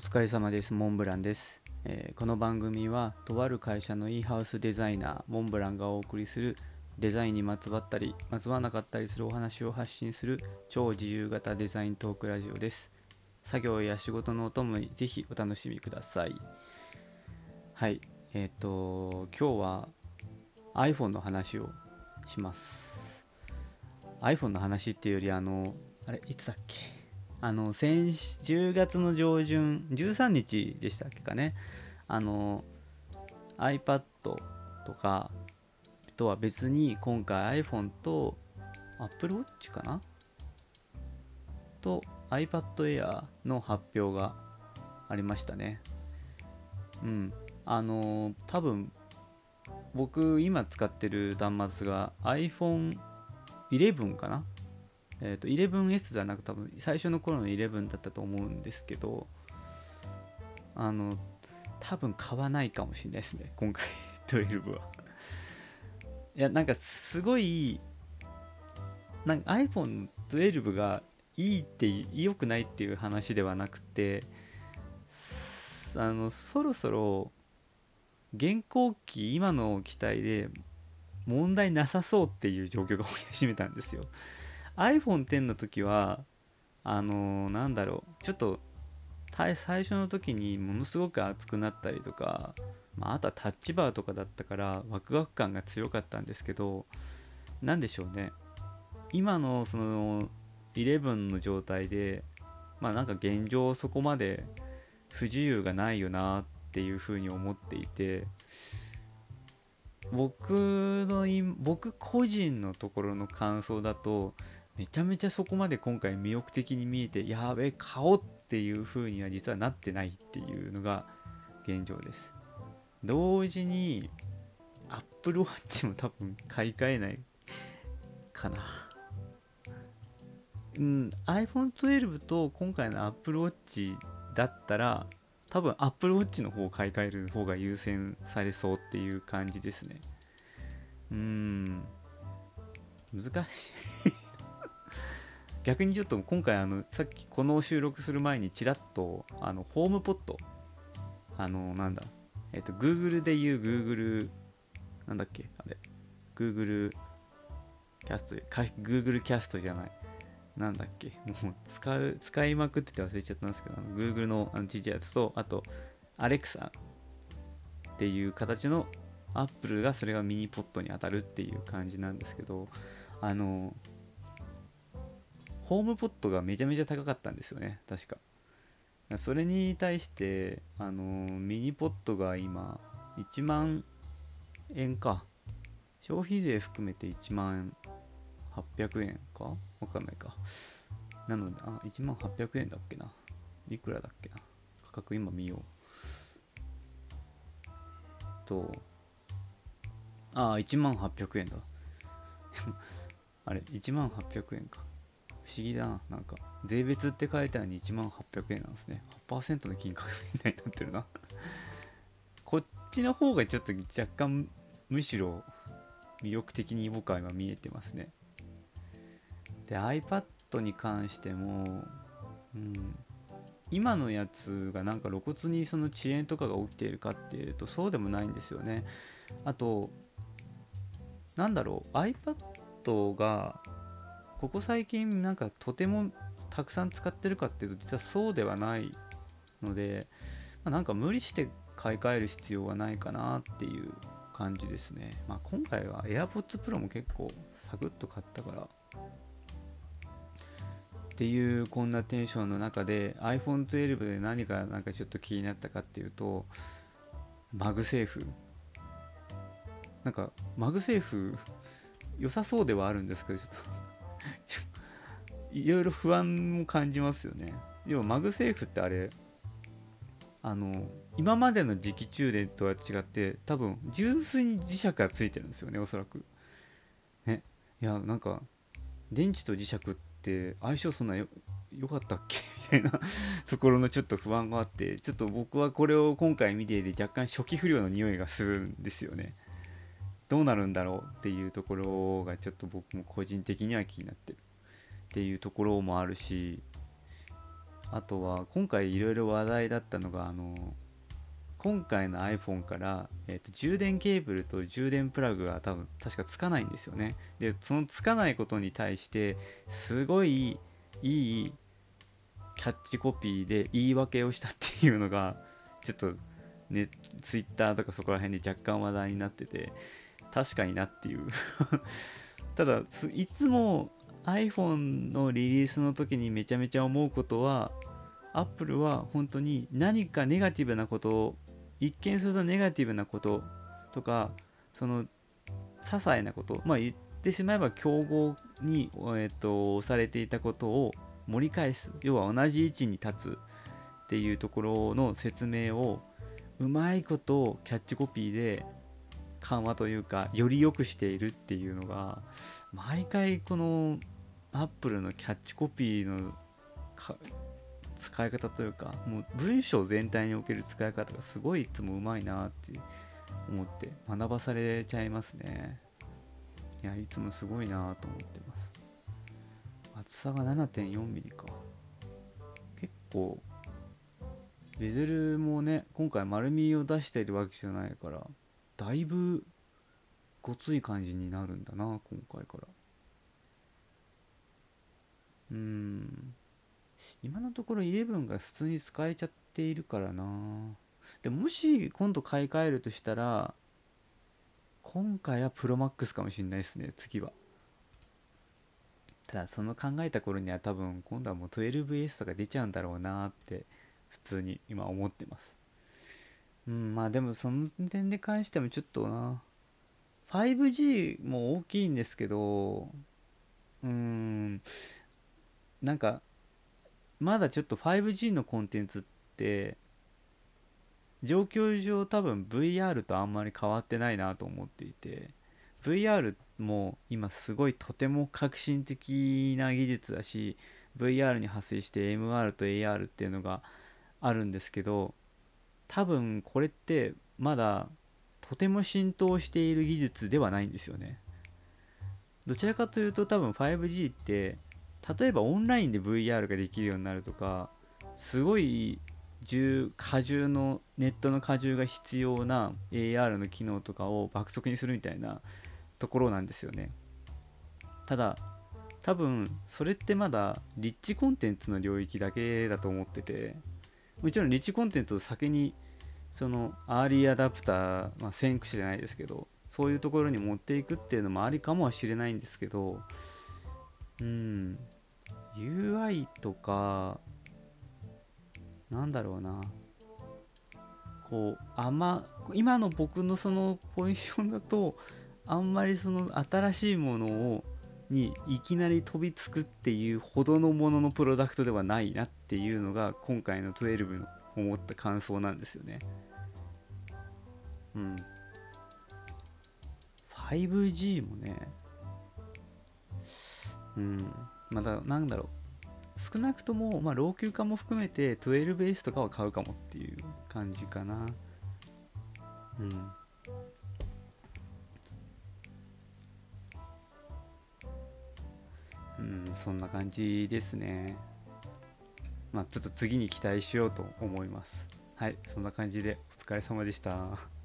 疲れ様です。モンブランです。この番組はとある会社のインハウスデザイナーモンブランがお送りするデザインにまつわったりまつわなかったりするお話を発信する超自由型デザイントークラジオです。作業や仕事のお供にぜひお楽しみください。はい、今日は iPhone の話をします。 iPhone の話っていうよりあれいつだっけ、10月の上旬13日でしたっけかね、iPad とかとは別に今回 iPhone と Apple Watch かなと iPad Air の発表がありましたね。多分僕今使ってる端末が iPhone11 かな、11S じゃなく多分最初の頃の11だったと思うんですけど、多分買わないかもしれないですね今回12は。いやなんかすごいなんか iPhone12 がいいって良くないっていう話ではなくて、そろそろ現行機今の機体で問題なさそうっていう状況が起き始めたんですよ。 iPhone X の時はなんだろう、ちょっと最初の時にものすごく熱くなったりとか、あとはタッチバーとかだったからワクワク感が強かったんですけど、なんでしょうね、今のその11の状態でなんか現状そこまで不自由がないよなっていうふうに思っていて、僕個人のところの感想だとめちゃめちゃそこまで今回魅力的に見えてやべえ買おうっていう風には実はなってないっていうのが現状です。同時に Apple Watch も多分買い替えないかな。iPhone12 と今回の Apple Watch だったら多分 Apple Watch の方を買い替える方が優先されそうっていう感じですね。難しい逆にちょっと今回さっきこの収録する前にちらっとホームポットなんだGoogle でいう Google なんだっけあれ Google キャストGoogle キャストじゃないなんだっけもう使いまくってて忘れちゃったんですけどGoogle のちっちゃいやつとあと Alexa っていう形の Apple がそれがミニポットに当たるっていう感じなんですけど、ホームポットがめちゃめちゃ高かったんですよね確か。それに対してミニポットが今1万円か、消費税含めて1万800円かわかんないか、なので1万800円だっけな、いくらだっけな価格今見ようと1万800円だあれ1万800円か、不思議だな、なんか税別って書いてあるのに1万800円なんですね。 8% の金額みたいになってるなこっちの方がちょっと若干むしろ魅力的に僕は今見えてますね。で iPad に関しても、今のやつがなんか露骨にその遅延とかが起きているかっていうとそうでもないんですよね。あとなんだろう iPad がここ最近なんかとてもたくさん使ってるかっていうと実はそうではないので、なんか無理して買い替える必要はないかなっていう感じですね。今回は AirPods Pro も結構サクッと買ったからっていうこんなテンションの中で iPhone12 で何かなんかちょっと気になったかっていうとマグセーフ、なんかマグセーフ良さそうではあるんですけどちょっといろいろ不安も感じますよね。要はマグセーフってあれ今までの磁気充電とは違って多分純粋に磁石がついてるんですよねおそらくね。いやなんか電池と磁石って相性そんな良かったっけみたいなところのちょっと不安があって、ちょっと僕はこれを今回見ていて若干初期不良の匂いがするんですよね。どうなるんだろうっていうところがちょっと僕も個人的には気になってるっていうところもあるし、 あとは今回いろいろ話題だったのが今回の iPhone から、充電ケーブルと充電プラグが確かつかないんですよね。でそのつかないことに対してすごいいいキャッチコピーで言い訳をしたっていうのがちょっとね、Twitter とかそこら辺で若干話題になってて、確かになっていうただいつも iPhone のリリースの時にめちゃめちゃ思うことは、 Apple は本当に何かネガティブなことを、一見するとネガティブなこととか、その些細なこと、まあ言ってしまえば競合に、押されていたことを盛り返す、要は同じ位置に立つっていうところの説明をうまいことをキャッチコピーで緩和というかより良くしているっていうのが、毎回このアップルのキャッチコピーの使い方というか、もう文章全体における使い方がすごいいつもうまいなって思って学ばされちゃいますね。いや、いつもすごいなと思ってます。厚さが 7.4 ミリか、結構ベゼルもね、今回丸みを出しているわけじゃないから、だいぶごつい感じになるんだな今回から。今のところ11が普通に使えちゃっているからな。でもし今度買い替えるとしたら、今回はプロマックスかもしれないですね、次は。ただその考えた頃には多分今度はもう 12S とか出ちゃうんだろうなって普通に今思ってます。まあでもその点で関してもちょっとな、5G も大きいんですけど、なんかまだちょっと 5G のコンテンツって状況上多分 VR とあんまり変わってないなと思っていて、 VR も今すごいとても革新的な技術だし、 VR に派生して MR と AR っていうのがあるんですけど、多分これってまだとても浸透している技術ではないんですよね。どちらかというと多分 5G って例えばオンラインで VR ができるようになるとか、すごい荷重のネットの荷重が必要な AR の機能とかを爆速にするみたいなところなんですよね。ただ多分それってまだリッチコンテンツの領域だけだと思ってて、もちろんリッチコンテンツを先にそのアーリーアダプター、先駆者じゃないですけど、そういうところに持っていくっていうのもありかもしれないんですけど、UI とかなんだろうな、こう今の僕のそのポジションだと、あんまりその新しいものにいきなり飛びつくっていうほどのもののプロダクトではないなっていうのが今回の12の思った感想なんですよね。うん。5G もね、まだなんだろう、少なくとも老朽化も含めて 12S とかは買うかもっていう感じかな。うんそんな感じですね。ちょっと次に期待しようと思います。はい、そんな感じでお疲れ様でした。